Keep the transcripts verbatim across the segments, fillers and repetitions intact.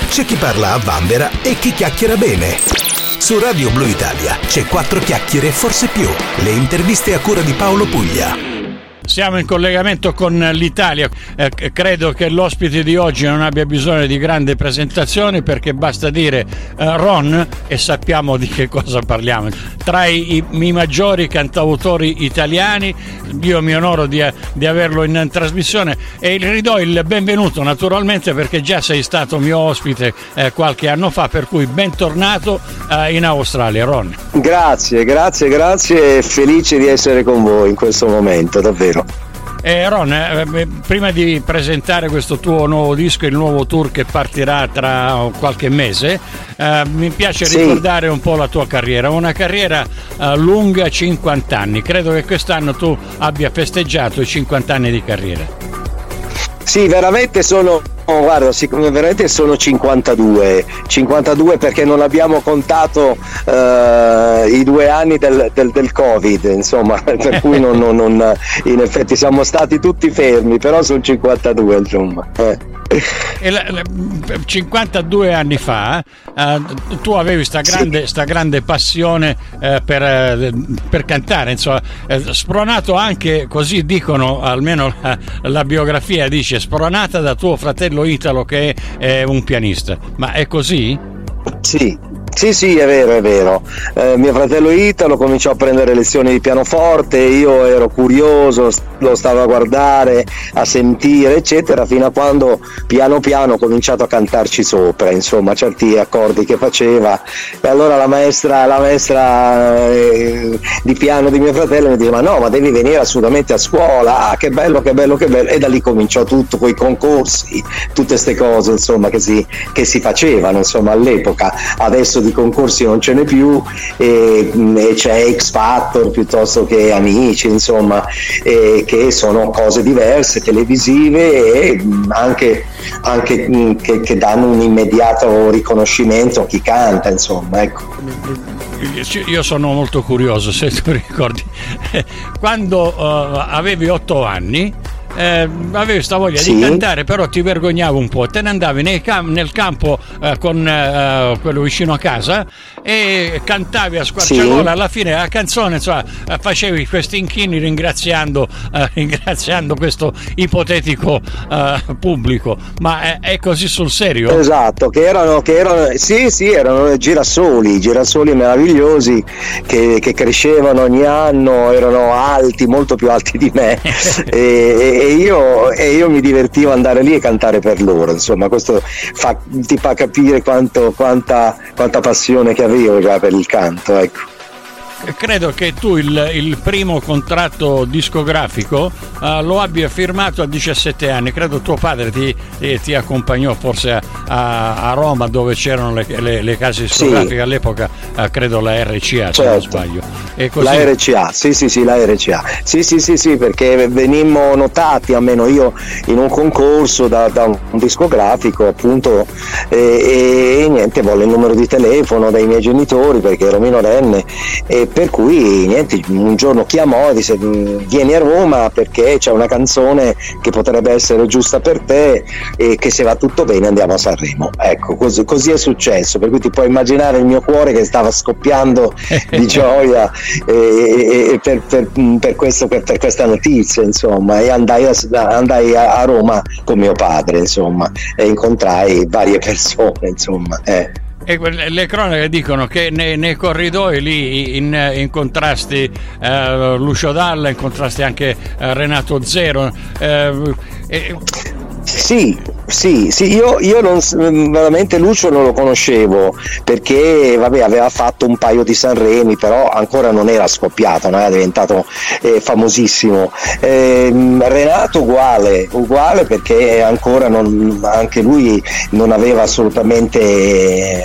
c'è chi parla a vanvera e chi chiacchiera bene. Su Radio Blu Italia c'è quattro chiacchiere e forse più. Le interviste a cura di Paolo Puglia. Siamo in collegamento con l'Italia. Eh, credo che l'ospite di oggi non abbia bisogno di grandi presentazioni, perché basta dire eh, Ron e sappiamo di che cosa parliamo. Tra i, i, i maggiori cantautori italiani, io mi onoro di, di averlo in, in trasmissione e gli ridò il benvenuto naturalmente, perché già sei stato mio ospite eh, qualche anno fa, per cui bentornato eh, in Australia, Ron. Grazie, grazie, grazie, felice di essere con voi in questo momento, davvero. Eh, Ron, eh, prima di presentare questo tuo nuovo disco, il nuovo tour che partirà tra qualche mese, eh, mi piace sì. ricordare un po' la tua carriera, una carriera eh, lunga, cinquanta anni. Credo che quest'anno tu abbia festeggiato i cinquanta anni di carriera. Sì, veramente sono, oh, guarda, sì, veramente sono cinquantadue, cinquantadue perché non abbiamo contato uh, i due anni del, del, del Covid, insomma, per cui non, non, non, in effetti siamo stati tutti fermi, però sono cinquantadue, insomma. Eh. E la, la, cinquantadue anni fa eh, tu avevi sta grande, sì. sta grande passione eh, per, eh, per cantare, insomma, eh, spronato anche, così dicono, almeno la, la biografia dice, spronata da tuo fratello Italo che è, è un pianista, ma è così? Sì. Sì, sì, è vero, è vero. Eh, mio fratello Italo cominciò a prendere lezioni di pianoforte, io ero curioso, lo stavo a guardare, a sentire, eccetera, fino a quando piano piano ho cominciato a cantarci sopra, insomma, certi accordi che faceva. E allora la maestra, la maestra eh, di piano di mio fratello mi diceva: ma no, ma devi venire assolutamente a scuola, ah, che bello, che bello, che bello. E da lì cominciò tutto, quei concorsi, tutte ste cose, insomma, che si, che si facevano, insomma, all'epoca. Adesso di concorsi non ce n'è più, e, e c'è X Factor piuttosto che Amici, insomma, e, che sono cose diverse, televisive, e anche, anche che, che danno un immediato riconoscimento a chi canta, insomma, ecco. Io sono molto curioso, se tu ricordi, quando uh, avevi otto anni, Eh, avevi questa voglia sì. di cantare, però ti vergognavo un po', te ne andavi nei cam- nel campo eh, con eh, quello vicino a casa e cantavi a squarciagola, sì. alla fine la canzone, insomma, facevi questi inchini ringraziando eh, ringraziando questo ipotetico eh, pubblico, ma è, è così sul serio? Esatto, che erano, che erano sì sì, erano girasoli, girasoli meravigliosi che, che crescevano ogni anno, erano alti, molto più alti di me e, e io, e io mi divertivo ad andare lì e cantare per loro, insomma, questo fa, ti fa capire quanto, quanta, quanta passione che avevo già per il canto, ecco. Credo che tu il, il primo contratto discografico uh, lo abbia firmato a diciassette anni. Credo tuo padre ti, ti, ti accompagnò forse a, a, a Roma, dove c'erano le, le, le case discografiche, sì. all'epoca uh, credo la R C A, certo. se non sbaglio. E così... La R C A, sì sì sì, la R C A, sì sì sì sì, perché venimmo notati, almeno io, in un concorso da, da un discografico, appunto, e, e niente, volle il numero di telefono dai miei genitori perché ero minorenne, e per cui niente, un giorno chiamò e disse: vieni a Roma perché c'è una canzone che potrebbe essere giusta per te e che se va tutto bene andiamo a Sanremo. Ecco, così, così è successo, per cui ti puoi immaginare il mio cuore che stava scoppiando di gioia e, e, e per, per, per, questo, per, per questa notizia, insomma, e andai, a, andai a Roma con mio padre, insomma, e incontrai varie persone, insomma, eh. E le cronache dicono che nei, nei corridoi lì in, incontrasti eh, Lucio Dalla, incontrasti anche eh, Renato Zero. Eh, eh, Sì, sì, sì, io, io non, veramente Lucio non lo conoscevo perché vabbè, aveva fatto un paio di Sanremi, però ancora non era scoppiato, non era diventato eh, famosissimo. Eh, Renato uguale, uguale perché ancora non, anche lui non aveva assolutamente eh,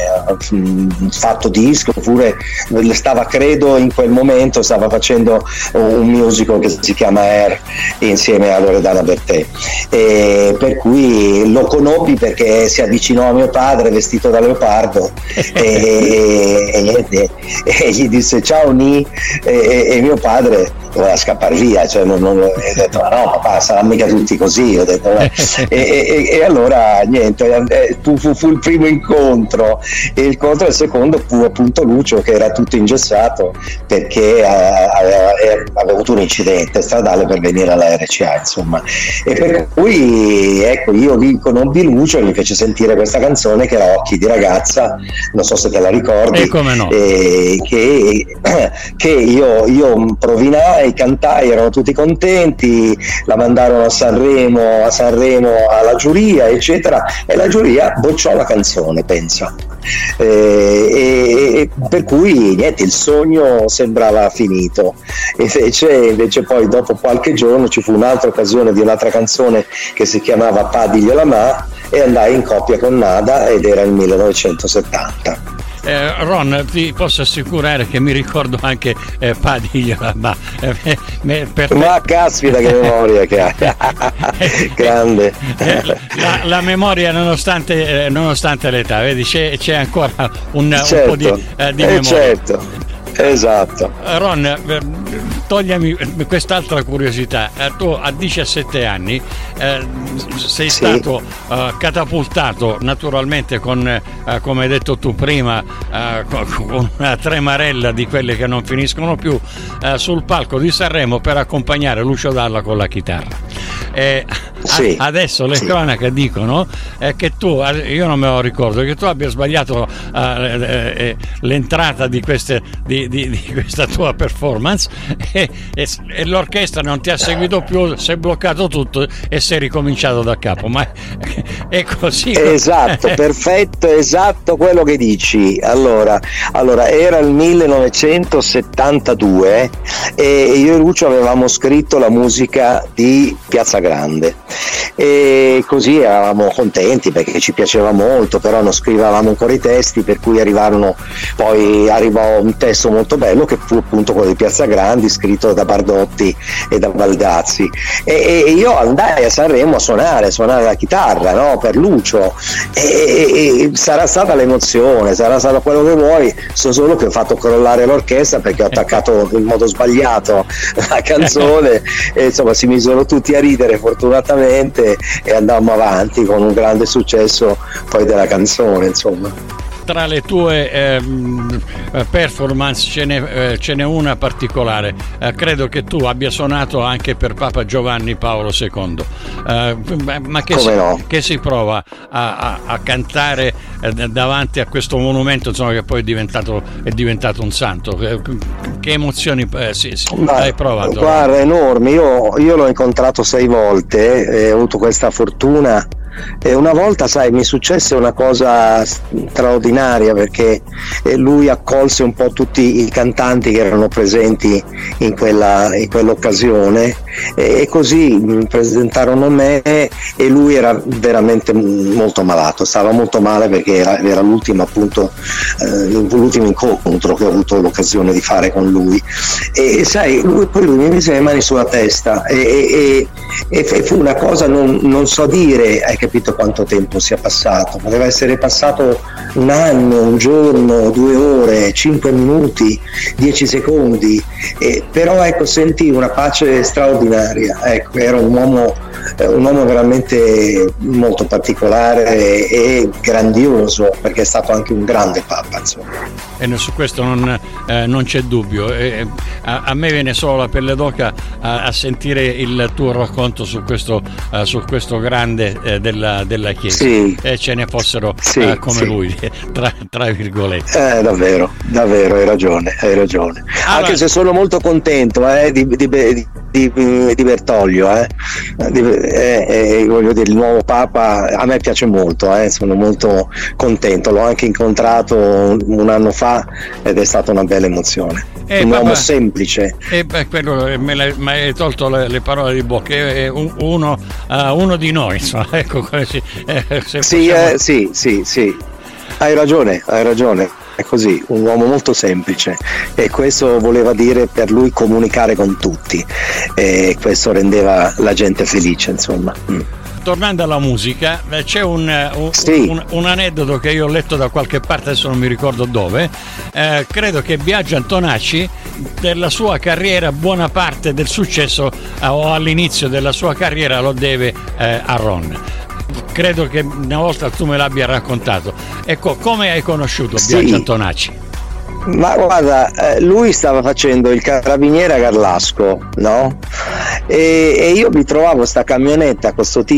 fatto disco, oppure stava, credo in quel momento stava facendo un musical che si chiama Air insieme a Loredana Bertè. Eh, per cui lo conobbi perché si avvicinò a mio padre vestito da leopardo e, e, e niente, e gli disse ciao Ni, e, e mio padre voleva scappare via, cioè non, non, ho detto ma no papà, saranno mica tutti così, ho detto, e, e, e allora niente, tu fu, fu il primo incontro, e il contro il secondo fu appunto Lucio, che era tutto ingessato perché aveva, aveva avuto un incidente stradale per venire alla R C A, insomma, e per cui ecco, io lì conobbi Lucio e mi fece sentire questa canzone che era Occhi di ragazza, non so se te la ricordi, e come no, eh, che, che io, io provinai, cantai, erano tutti contenti, la mandarono a Sanremo, a Sanremo alla giuria eccetera, e la giuria bocciò la canzone, pensa, eh, e, e per cui niente, il sogno sembrava finito. Invece, invece poi dopo qualche giorno ci fu un'altra occasione di un'altra canzone che si chiamava Pa digliela ma, e andai in coppia con Nada, ed era il millenovecentosettanta. Eh, Ron, ti posso assicurare che mi ricordo anche eh, Pa digliela ma, eh, me, per te... ma caspita che memoria che hai. Grande. Eh, la, la memoria nonostante, eh, nonostante l'età, vedi, c'è, c'è ancora un, certo, un po' di, eh, di eh, memoria. Certo. Esatto. Ron, togliami quest'altra curiosità. Tu a diciassette anni eh, sei sì. stato uh, catapultato naturalmente con, uh, come hai detto tu prima, uh, con una tremarella di quelle che non finiscono più, uh, sul palco di Sanremo per accompagnare Lucio Dalla con la chitarra. Eh, sì. a, adesso le sì. cronache dicono eh, che tu, io non me lo ricordo, che tu abbia sbagliato uh, eh, l'entrata di queste di, di, di questa tua performance e, e, e l'orchestra non ti ha seguito più, si è bloccato tutto e sei ricominciato da capo, ma è così. Esatto, perfetto, esatto quello che dici. Allora, allora era il millenovecentosettantadue e io e Lucio avevamo scritto la musica di Piazza Grande e così eravamo contenti perché ci piaceva molto, però non scrivevamo ancora i testi, per cui arrivarono poi arrivò un testo molto bello che fu appunto quello di Piazza Grandi, scritto da Bardotti e da Baldazzi, e, e io andai a Sanremo a suonare, a suonare la chitarra, no, per Lucio, e, e, e sarà stata l'emozione, sarà stato quello che vuoi, so solo che ho fatto crollare l'orchestra perché ho attaccato in modo sbagliato la canzone e insomma si misero tutti a ridere fortunatamente e andammo avanti con un grande successo poi della canzone, insomma. Tra le tue eh, performance ce n'è, eh, ce n'è una particolare, eh, credo che tu abbia suonato anche per Papa Giovanni Paolo secondo, eh, ma che si, no? che si prova a, a, a cantare eh, davanti a questo monumento, insomma, che poi è diventato, è diventato un santo, che, che emozioni eh, si, si, Ma, hai provato? Guarda, enormi, io, io l'ho incontrato sei volte e ho avuto questa fortuna. E una volta, sai, mi successe una cosa straordinaria perché lui accolse un po' tutti i cantanti che erano presenti in quella in quell'occasione e così presentarono me e lui era veramente molto malato, stava molto male perché era, era l'ultimo appunto eh, l'ultimo incontro che ho avuto l'occasione di fare con lui e sai, lui, poi lui mi mise le mani sulla testa e, e, e, e fu una cosa non, non so dire, hai capito quanto tempo sia passato, poteva essere passato un anno, un giorno, due ore, cinque minuti, dieci secondi, eh, però ecco, sentì una pace straordinaria, ecco, era un uomo, eh, un uomo veramente molto particolare e grandioso perché è stato anche un grande Papa, insomma. E su questo non, eh, non c'è dubbio, eh, a, a me viene solo la pelle d'oca a, a sentire il tuo racconto su questo, uh, su questo grande eh, della, della Chiesa, sì. E ce ne fossero sì, uh, come sì. lui, tra, tra virgolette. Eh, davvero, davvero, hai ragione, hai ragione. Allora, anche se sono molto contento eh, di, di, di, di, di Bertoglio, eh. Di, eh, eh, voglio dire, il nuovo Papa a me piace molto, eh, sono molto contento, l'ho anche incontrato un anno fa ed è stata una bella emozione. Eh, un uomo semplice. E beh, quello me l'hai, mi hai tolto le, le parole di bocca, è uno, uh, uno di noi, insomma, ecco così. Eh, se sì, possiamo... eh, sì, sì, sì, hai ragione, hai ragione. È così, un uomo molto semplice e questo voleva dire per lui comunicare con tutti e questo rendeva la gente felice, insomma. Mm. tornando alla musica, c'è un, un, sì. un, un aneddoto che io ho letto da qualche parte, adesso non mi ricordo dove. Eh, credo che Biagio Antonacci, della sua carriera, buona parte del successo eh, o all'inizio della sua carriera lo deve eh, a Ron. Credo che una volta tu me l'abbia raccontato. Ecco, come hai conosciuto Biagio sì. Antonacci? Ma guarda, eh, lui stava facendo il carabiniere a Garlasco, no? E, e io mi trovavo sta camionetta con sto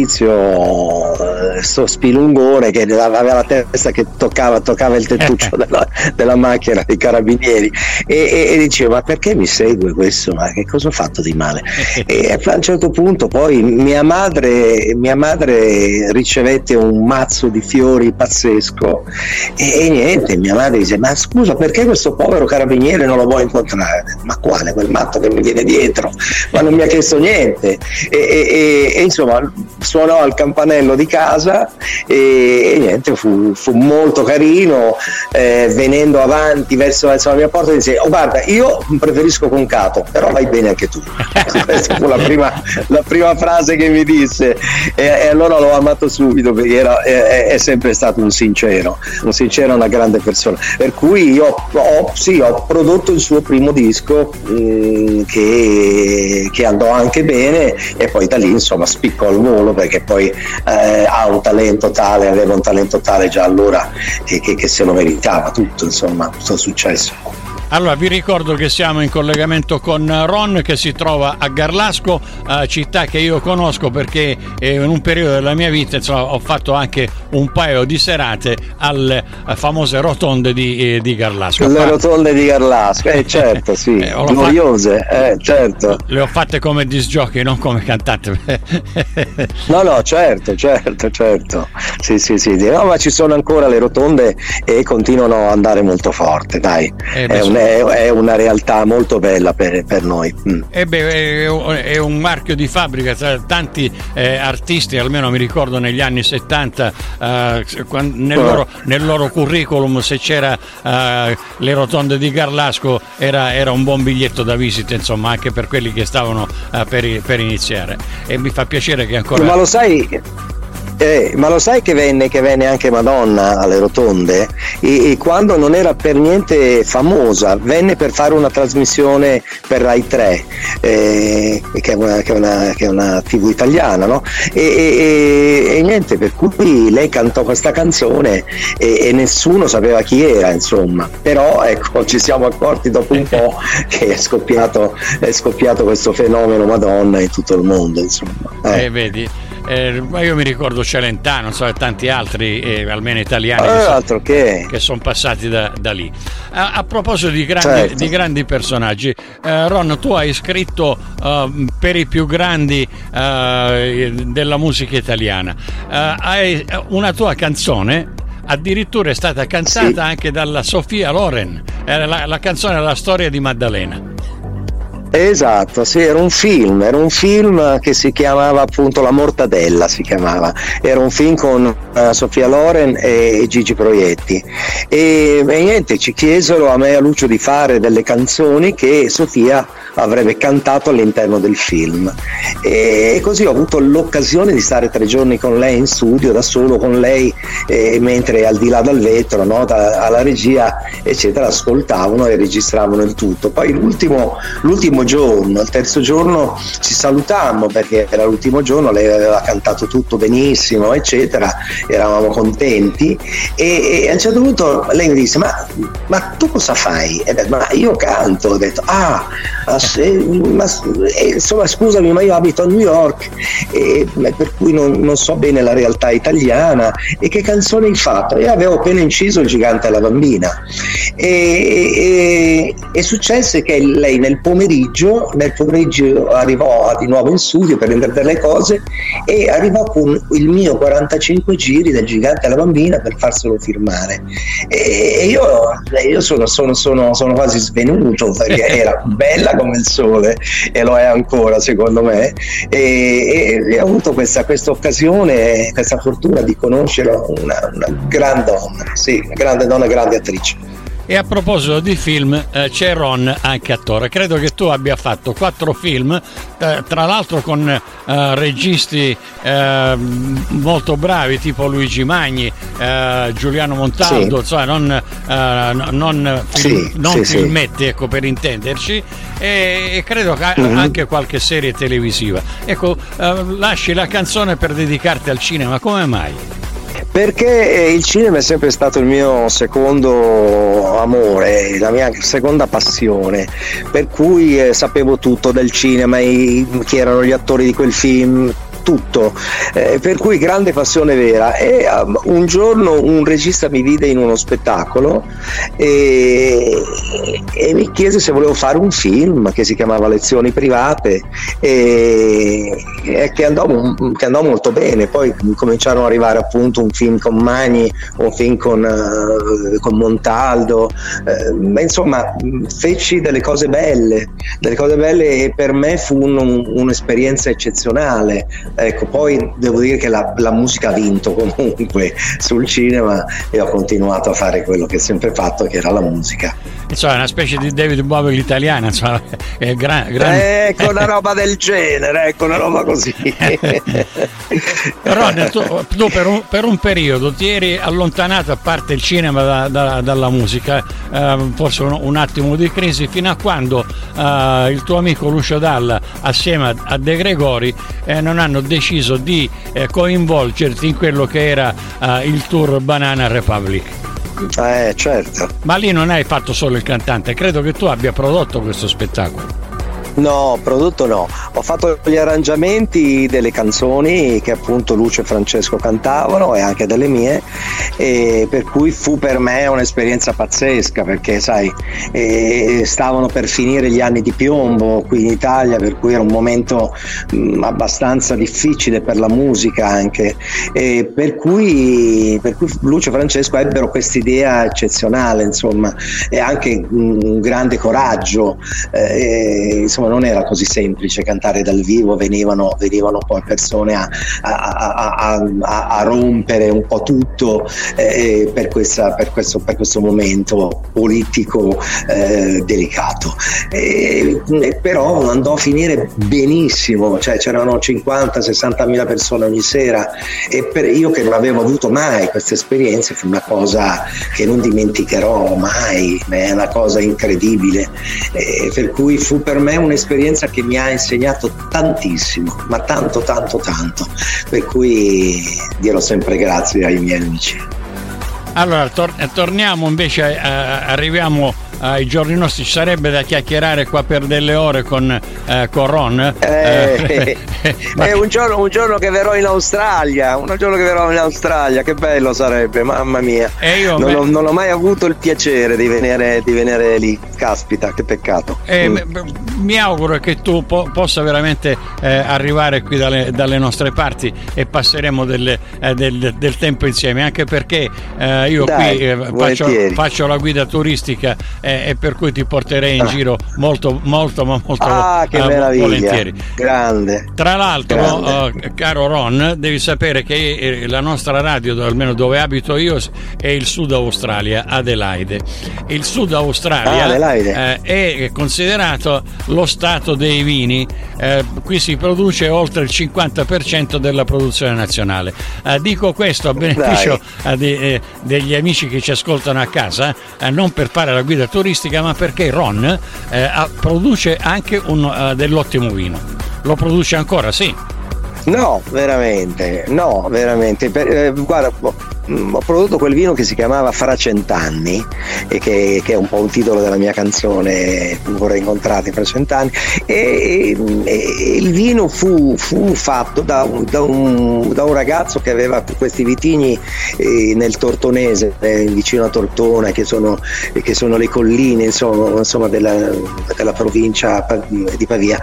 tizio, sto spilungone che aveva la testa che toccava, toccava il tettuccio della, della macchina dei carabinieri e, e, e dicevo: ma perché mi segue questo? Ma che cosa ho fatto di male? E a un certo punto poi mia madre, mia madre ricevette un mazzo di fiori pazzesco e, e niente, mia madre dice: ma scusa, perché questo povero carabiniere non lo vuoi incontrare? Ma quale? Quel matto che mi viene dietro, ma non mi ha chiesto niente. E, e, e insomma suonò al campanello di casa e, e niente, fu, fu molto carino. Eh, venendo avanti verso, verso la mia porta dice: oh guarda, io preferisco Concato, però vai bene anche tu. Questa fu la prima, la prima frase che mi disse e, e allora l'ho amato subito, perché era, è, è sempre stato un sincero un sincero, una grande persona, per cui io ho, sì, ho prodotto il suo primo disco mh, che, che andò anche bene e poi da lì insomma spiccò al volo, perché poi eh, ha un talento tale, aveva un talento tale già allora che, che, che se lo meritava tutto, insomma, tutto il successo. Allora vi ricordo che siamo in collegamento con Ron, che si trova a Garlasco, eh, città che io conosco perché eh, in un periodo della mia vita insomma, ho fatto anche un paio di serate alle famose rotonde di, eh, di Garlasco. Le rotonde di Garlasco, eh certo, sì, eh, gloriose, fatte, eh, certo. Le ho fatte come disc jockey, non come cantante. No, no, certo, certo, certo. Sì, sì, sì. No, ma ci sono ancora le rotonde e continuano ad andare molto forte, dai. Eh, è un è una realtà molto bella per, per noi. Mm. E beh, è un marchio di fabbrica tra tanti eh, artisti, almeno mi ricordo negli anni settanta eh, nel, loro, nel loro curriculum se c'era eh, le rotonde di Garlasco era, era un buon biglietto da visita, insomma, anche per quelli che stavano eh, per, per iniziare, e mi fa piacere che ancora... Ma lo sai... Eh, ma lo sai che venne, che venne anche Madonna alle rotonde e, e quando non era per niente famosa venne per fare una trasmissione per Rai tre, eh, che, è una, che, è una, che è una tivù italiana, no? E, e, e niente, per cui lei cantò questa canzone e, e nessuno sapeva chi era, insomma, però ecco, ci siamo accorti dopo un po' che è scoppiato, è scoppiato questo fenomeno Madonna in tutto il mondo, insomma. Eh, eh vedi. Eh, ma io mi ricordo Celentano, non so, e tanti altri, eh, almeno italiani, eh, che, altro che... che sono passati da, da lì. A, a proposito di grandi, certo. di grandi personaggi, eh, Ron, tu hai scritto uh, per i più grandi uh, della musica italiana. Uh, hai una tua canzone. Addirittura è stata cantata sì. anche dalla Sofia Loren, era la, la canzone La storia di Maddalena. Esatto, sì, era un film, era un film che si chiamava appunto La Mortadella, si chiamava, era un film con uh, Sofia Loren e, e Gigi Proietti e, e niente, ci chiesero a me e a Lucio di fare delle canzoni che Sofia avrebbe cantato all'interno del film e così ho avuto l'occasione di stare tre giorni con lei in studio, da solo con lei, eh, mentre al di là dal vetro, no, da, alla regia eccetera, ascoltavano e registravano il tutto. Poi l'ultimo, l'ultimo giorno, il terzo giorno ci salutammo perché era l'ultimo giorno, lei aveva cantato tutto benissimo eccetera, eravamo contenti e, e a un certo punto lei mi disse: ma, ma tu cosa fai? E beh, ma io canto. Ho detto: ah, eh, ma, eh, insomma scusami, ma io abito a New York e, per cui non, non so bene la realtà italiana. E che canzone hai fatto? Io avevo appena inciso Il gigante e la bambina e, e, e successe che lei nel pomeriggio nel pomeriggio arrivò di nuovo in studio per rendere delle cose e arrivò con il mio quarantacinque giri del gigante e la bambina per farselo firmare e io, io sono, sono, sono, sono quasi svenuto perché era bella come il sole e lo è ancora secondo me e, e ho avuto questa, questa occasione, questa fortuna di conoscere una, una grande donna, sì, una grande donna, grande attrice. E a proposito di film, eh, c'è Ron anche attore. Credo che tu abbia fatto quattro film, eh, tra l'altro con eh, registi eh, molto bravi tipo Luigi Magni, eh, Giuliano Montaldo, sì. insomma non, eh, non, film, sì, non sì, filmetti, sì. ecco, per intenderci, e, e credo che mm-hmm. anche qualche serie televisiva. Ecco, eh, lasci la canzone per dedicarti al cinema, come mai? Perché il cinema è sempre stato il mio secondo amore, la mia seconda passione, per cui eh, sapevo tutto del cinema, i, chi erano gli attori di quel film, tutto, eh, per cui grande passione vera. E um, un giorno un regista mi vide in uno spettacolo e, e mi chiese se volevo fare un film che si chiamava Lezioni private e, e che, andò, che andò molto bene. Poi cominciarono ad arrivare appunto un film con Magni, un film con, uh, con Montaldo, uh, insomma feci delle cose belle, delle cose belle e per me fu un, un, un'esperienza eccezionale. Ecco, poi devo dire che la, la musica ha vinto comunque sul cinema e ho continuato a fare quello che ho sempre fatto, che era la musica. Insomma, è una specie di David Bowie italiana, insomma, è gran, gran... Ecco, una roba del genere, ecco, una roba così. Ron, tu, tu per, un, per un periodo ti eri allontanato, a parte il cinema, da, da, dalla musica, eh, forse un, un attimo di crisi, fino a quando eh, il tuo amico Lucio Dalla, assieme a, a De Gregori, eh, non hanno deciso di eh, coinvolgerti in quello che era eh, il tour Banana Republic. Eh, certo. Ma lì non hai fatto solo il cantante, credo che tu abbia prodotto questo spettacolo. No, prodotto no, ho fatto gli arrangiamenti delle canzoni che appunto Lucio e Francesco cantavano e anche delle mie, e per cui fu per me un'esperienza pazzesca, perché sai, eh, stavano per finire gli anni di piombo qui in Italia, per cui era un momento mh, abbastanza difficile per la musica anche, e per cui, per cui Lucio e Francesco ebbero quest'idea eccezionale, insomma, e anche un, un grande coraggio, eh, insomma non era così semplice cantare dal vivo, venivano, venivano poi persone a, a, a, a, a rompere un po' tutto eh, per, questa, per, questo, per questo momento politico eh, delicato, e, però andò a finire benissimo, cioè c'erano cinquanta sessanta mila persone ogni sera, e per io che non avevo avuto mai questa esperienza fu una cosa che non dimenticherò mai, è una cosa incredibile, e per cui fu per me un un'esperienza che mi ha insegnato tantissimo, ma tanto tanto tanto, per cui dirò sempre grazie ai miei amici. Allora tor- torniamo invece, eh, arriviamo ai giorni nostri. Ci sarebbe da chiacchierare qua per delle ore con, eh, con Ron. Eh, ma... È un giorno, un giorno che verrò in Australia, un giorno che verrò in Australia, che bello sarebbe, mamma mia. E io non, me... ho, non ho mai avuto il piacere di venire, di venire lì, caspita, che peccato. E mm. Mi auguro che tu po- possa veramente eh, arrivare qui dalle, dalle nostre parti e passeremo delle, eh, del, del tempo insieme, anche perché eh, io Dai, qui eh, faccio, faccio la guida turistica e per cui ti porterei in ah. giro molto molto ma molto ah, che uh, volentieri. Grande. Tra l'altro, uh, caro Ron, devi sapere che la nostra radio, almeno dove abito io, è il Sud Australia, Adelaide. Il Sud Australia ah, uh, è considerato lo stato dei vini. Uh, qui si produce oltre il cinquanta per cento della produzione nazionale. Uh, dico questo a beneficio uh, de, eh, degli amici che ci ascoltano a casa, uh, non per fare la guida turistica, ma perché Ron eh, produce anche un, uh, dell'ottimo vino. Lo produce ancora, sì? No, veramente, no, veramente. Per, eh, guarda, ho prodotto quel vino che si chiamava Fra Cent'anni, e che, che è un po' un titolo della mia canzone, Vorrei incontrarti fra cent'anni, e, e il vino fu, fu fatto da un, da, un, da un ragazzo che aveva questi vitigni eh, nel Tortonese, eh, vicino a Tortona, che sono, che sono le colline, insomma, insomma della, della provincia di Pavia,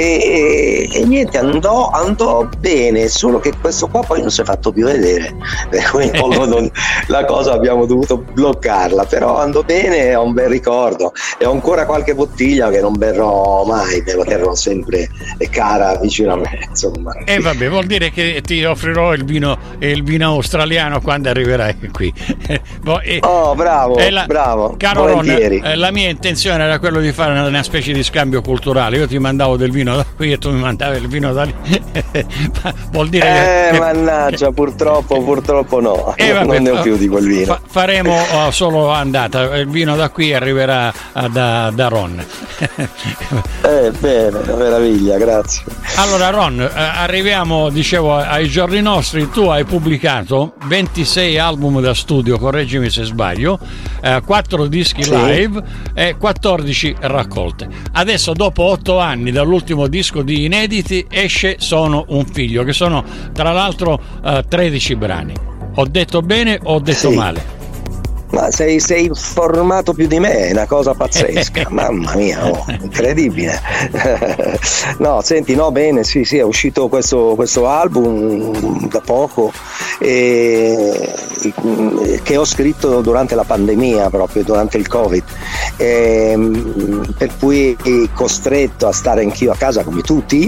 e, e, e niente, andò, andò bene, solo che questo qua poi non si è fatto più vedere, per cui ho no, non, la cosa abbiamo dovuto bloccarla, però andò bene, ho un bel ricordo e ho ancora qualche bottiglia che non berrò mai, devo terrò sempre cara vicino a me, insomma. E eh vabbè, vuol dire che ti offrirò il vino, il vino australiano quando arriverai qui. Oh, bravo, la, bravo, caro Ron, eh, la mia intenzione era quello di fare una, una specie di scambio culturale. Io ti mandavo del vino da qui e tu mi mandavi il vino da lì. Vuol dire eh che, mannaggia, che, purtroppo purtroppo no, eh, vabbè, non ne ho più di quel vino. Fa, faremo oh, solo andata, il vino da qui arriverà da, da Ron. Eh, bene, meraviglia, grazie. Allora Ron, eh, arriviamo, dicevo, ai giorni nostri. Tu hai pubblicato ventisei album da studio, correggimi se sbaglio, eh, quattro dischi sì. live e quattordici raccolte. Adesso, dopo otto anni dall'ultimo disco di inediti, esce Sono un figlio, che sono tra l'altro eh, tredici brani. Ho detto bene o ho detto sì. male? Ma sei, sei informato più di me, è una cosa pazzesca, mamma mia, oh, incredibile. No, senti, no, bene, sì, sì, è uscito questo, questo album da poco e, che ho scritto durante la pandemia, proprio durante il Covid, e, per cui costretto a stare anch'io a casa come tutti,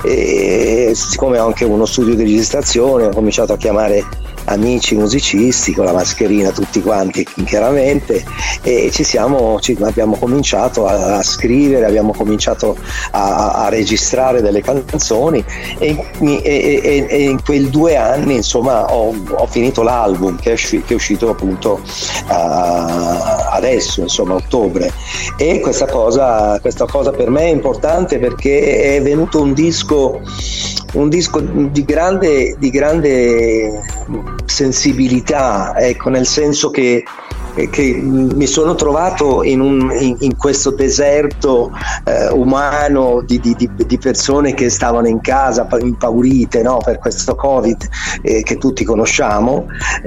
e siccome ho anche uno studio di registrazione, ho cominciato a chiamare amici musicisti con la mascherina tutti quanti chiaramente, e ci siamo ci abbiamo cominciato a, a scrivere, abbiamo cominciato a, a registrare delle canzoni e, e, e, e in quei due anni insomma ho, ho finito l'album che è, usci, che è uscito appunto uh, adesso, insomma, ottobre, e questa cosa questa cosa per me è importante perché è venuto un disco un disco di grande di grande sensibilità, ecco, nel senso che che mi sono trovato in, un, in, in questo deserto eh, umano di, di, di persone che stavano in casa impaurite, no, per questo Covid eh, che tutti conosciamo,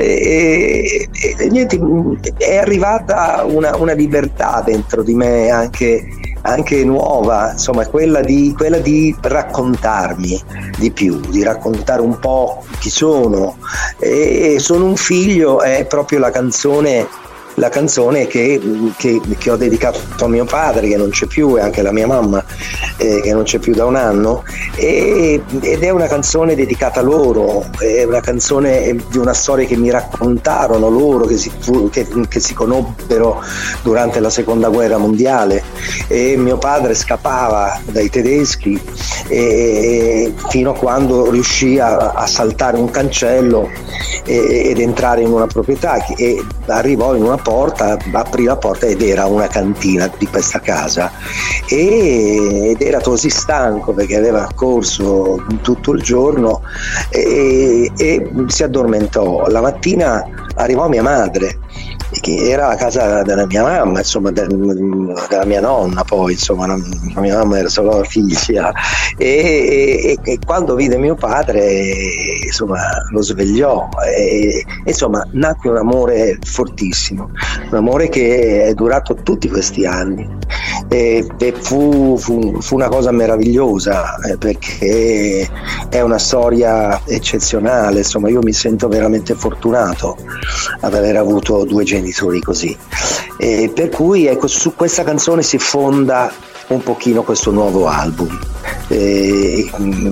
e, e, e niente, è arrivata una, una libertà dentro di me anche anche nuova, insomma, quella di, quella di raccontarmi di più, di raccontare un po' chi sono, e sono un figlio, è proprio la canzone la canzone che, che, che ho dedicato a mio padre, che non c'è più, e anche alla mia mamma, eh, che non c'è più da un anno, e, ed è una canzone dedicata a loro, è una canzone di una storia che mi raccontarono loro, che si, che, che si conobbero durante la seconda guerra mondiale, e mio padre scappava dai tedeschi e, fino a quando riuscì a, a saltare un cancello e, ed entrare in una proprietà, e arrivò in una porta, aprì la porta ed era una cantina di questa casa, e, ed era così stanco perché aveva corso tutto il giorno, e, e si addormentò. La mattina arrivò mia madre, che era a casa della mia mamma, insomma, della mia nonna, poi insomma la mia mamma era solo la figlia, e, e, e quando vide mio padre insomma lo svegliò, e, insomma nacque un amore fortissimo, un amore che è durato tutti questi anni, e, e fu, fu, fu una cosa meravigliosa, eh, perché è una storia eccezionale, insomma io mi sento veramente fortunato ad aver avuto due genitori così, e per cui ecco, su questa canzone si fonda un pochino questo nuovo album, e,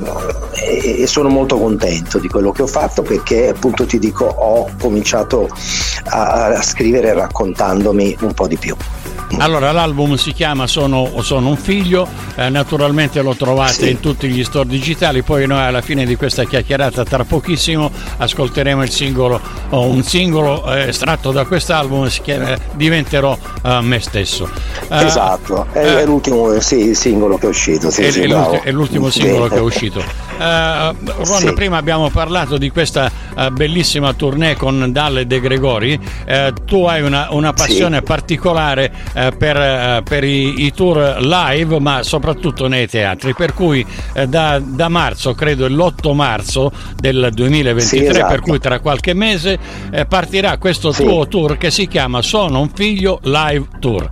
e sono molto contento di quello che ho fatto, perché appunto ti dico, ho cominciato a, a scrivere raccontandomi un po' di più. Allora, l'album si chiama Sono, sono un figlio, eh, naturalmente lo trovate sì. in tutti gli store digitali. Poi noi alla fine di questa chiacchierata, tra pochissimo, ascolteremo il singolo, oh, un singolo eh, estratto da quest'album, si chiama Diventerò uh, me stesso. Uh, esatto, è, eh, è l'ultimo sì, singolo che è uscito. Sì, è, sì, è, l'ultimo, è l'ultimo singolo che è uscito. Uh, Ron, sì. prima abbiamo parlato di questa uh, bellissima tournée con Dalle De Gregori. Uh, tu hai una, una passione sì. particolare uh, per, uh, per i, i tour live, ma soprattutto nei teatri, per cui uh, da, da marzo, credo l'otto marzo del duemilaventitré, sì, esatto. per cui tra qualche mese uh, partirà questo sì. tuo tour che si chiama Sono un figlio live tour.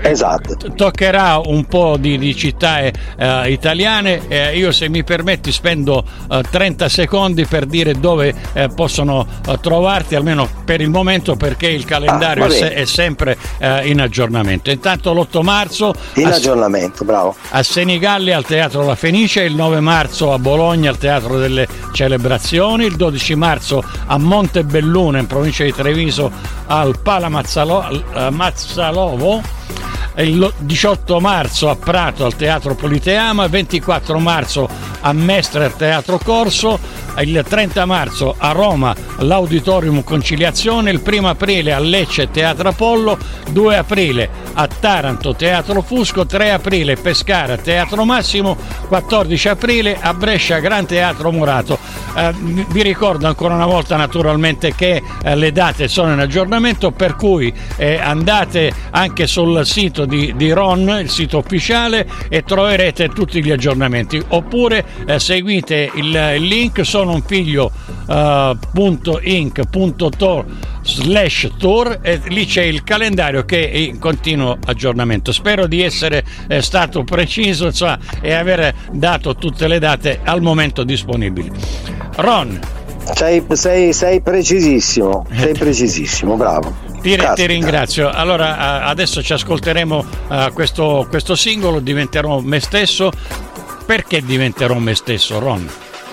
esatto. Toccherà un po' di, di città eh, italiane. Eh, io, se mi permetti, spendo eh, trenta secondi per dire dove eh, possono eh, trovarti, almeno per il momento, perché il calendario ah, è, se- è sempre eh, in aggiornamento. Intanto l'otto marzo in a, aggiornamento, bravo. A Senigallia al Teatro La Fenice, il nove marzo a Bologna al Teatro delle Celebrazioni, il dodici marzo a Montebelluna in provincia di Treviso al Pala Mazzalo- Mazzalovo, il diciotto marzo a Prato al Teatro Politeama, il ventiquattro marzo a Mestre al Teatro Corso, il trenta marzo a Roma all'Auditorium Conciliazione, il primo aprile a Lecce Teatro Apollo, due aprile a Taranto Teatro Fusco, tre aprile Pescara Teatro Massimo, quattordici aprile a Brescia Gran Teatro Murato. Eh, vi ricordo ancora una volta naturalmente che eh, le date sono in aggiornamento, per cui eh, andate anche sul sito di, di Ron, il sito ufficiale, e troverete tutti gli aggiornamenti, oppure eh, seguite il, il link sono un figlio uh, punto inc punto tor slash tour, e lì c'è il calendario che è in continuo aggiornamento. Spero di essere eh, stato preciso, insomma, e aver dato tutte le date al momento disponibili. Ron, sei, sei, sei precisissimo, sei precisissimo, bravo. Ti, ti ringrazio. Allora, adesso ci ascolteremo uh, questo, questo singolo, Diventerò me stesso. Perché diventerò me stesso, Ron?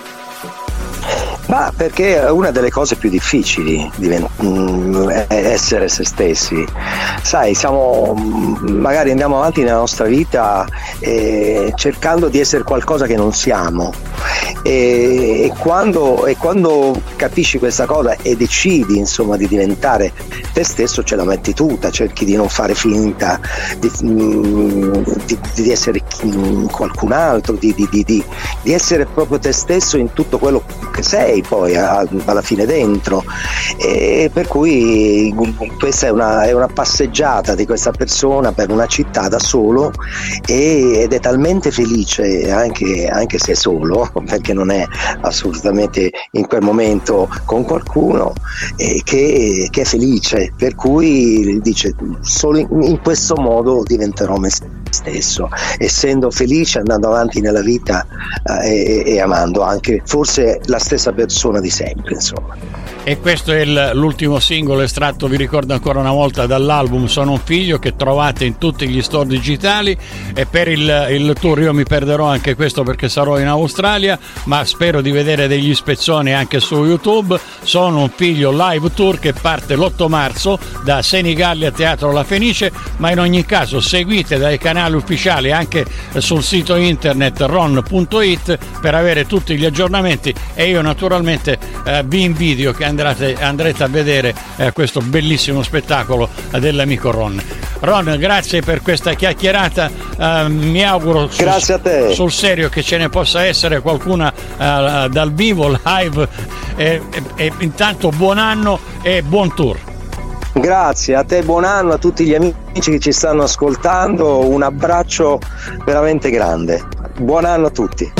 Ma perché una delle cose più difficili è essere se stessi. Sai, siamo, magari andiamo avanti nella nostra vita eh, cercando di essere qualcosa che non siamo, e, e, quando, e quando capisci questa cosa e decidi, insomma, di diventare te stesso, ce la metti tutta, cerchi di non fare finta di, di, di essere qualcun altro, di, di, di, di essere proprio te stesso in tutto quello che sei poi alla fine dentro, e per cui questa è una, è una passeggiata di questa persona per una città da solo, e, ed è talmente felice anche, anche se è solo, perché non è assolutamente in quel momento con qualcuno, eh, che, che è felice, per cui dice solo in, in questo modo diventerò me stesso, essendo felice, andando avanti nella vita eh, e, e amando anche forse la stessa persona di sempre, insomma. E questo è il, l'ultimo singolo estratto, vi ricordo ancora una volta, dall'album Sono un figlio, che trovate in tutti gli store digitali. E per il, il tour io mi perderò anche questo perché sarò in Australia, ma spero di vedere degli spezzoni anche su YouTube. Sono un figlio live tour che parte l'otto marzo da Senigallia Teatro La Fenice, ma in ogni caso seguite dai canali ufficiali anche sul sito internet ron punto it per avere tutti gli aggiornamenti, e io naturalmente eh, vi invidio che andrete, andrete a vedere eh, questo bellissimo spettacolo dell'amico Ron. Ron, grazie per questa chiacchierata, eh, mi auguro sul, grazie a te. sul serio che ce ne possa essere qualcuna eh, dal vivo, live, e, e, e intanto buon anno e buon tour. Grazie a te, buon anno a tutti gli amici che ci stanno ascoltando, un abbraccio veramente grande, buon anno a tutti.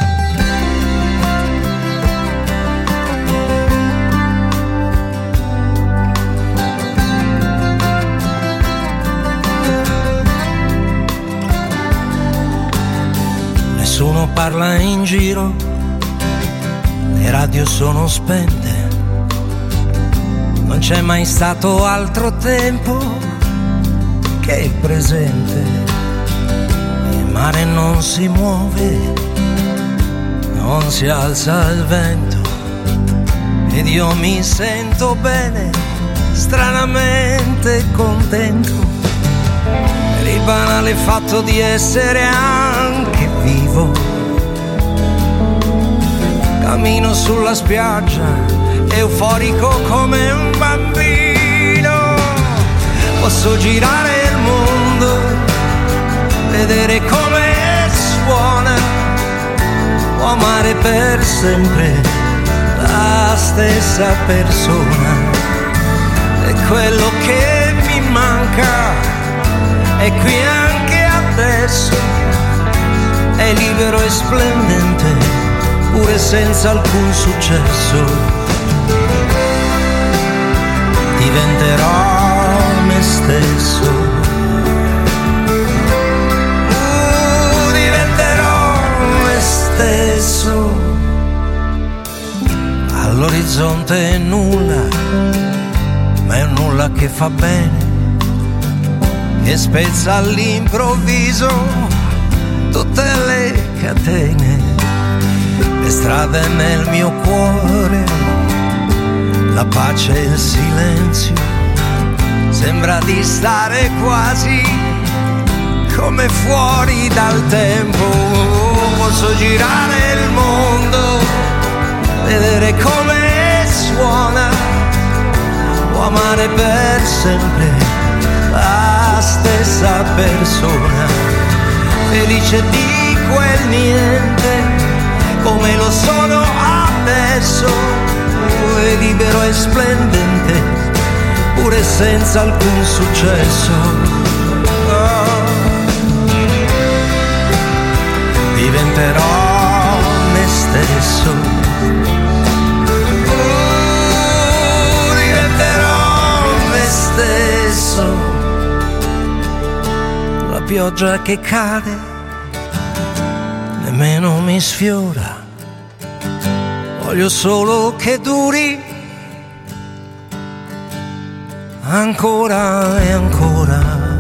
Nessuno parla in giro, le radio sono spente, non c'è mai stato altro tempo che il presente. Il mare non si muove, non si alza il vento, ed io mi sento bene, stranamente contento, per il banale fatto di essere anche vivo. Cammino sulla spiaggia, euforico come un bambino. Posso girare il mondo, vedere come suona, o amare per sempre la stessa persona. E quello che mi manca è qui anche adesso, è libero e splendente, pure senza alcun successo. Diventerò me stesso, volte è nulla, ma è un nulla che fa bene, che spezza all'improvviso tutte le catene. Le strade nel mio cuore, la pace e il silenzio, sembra di stare quasi come fuori dal tempo. Posso girare il mondo, vedere come suona, o amare per sempre la stessa persona, felice di quel niente come lo sono adesso, e libero e splendente pure senza alcun successo. Oh. Diventerò me stesso, oh, diventerò me stesso. La pioggia che cade nemmeno mi sfiora, voglio solo che duri ancora e ancora.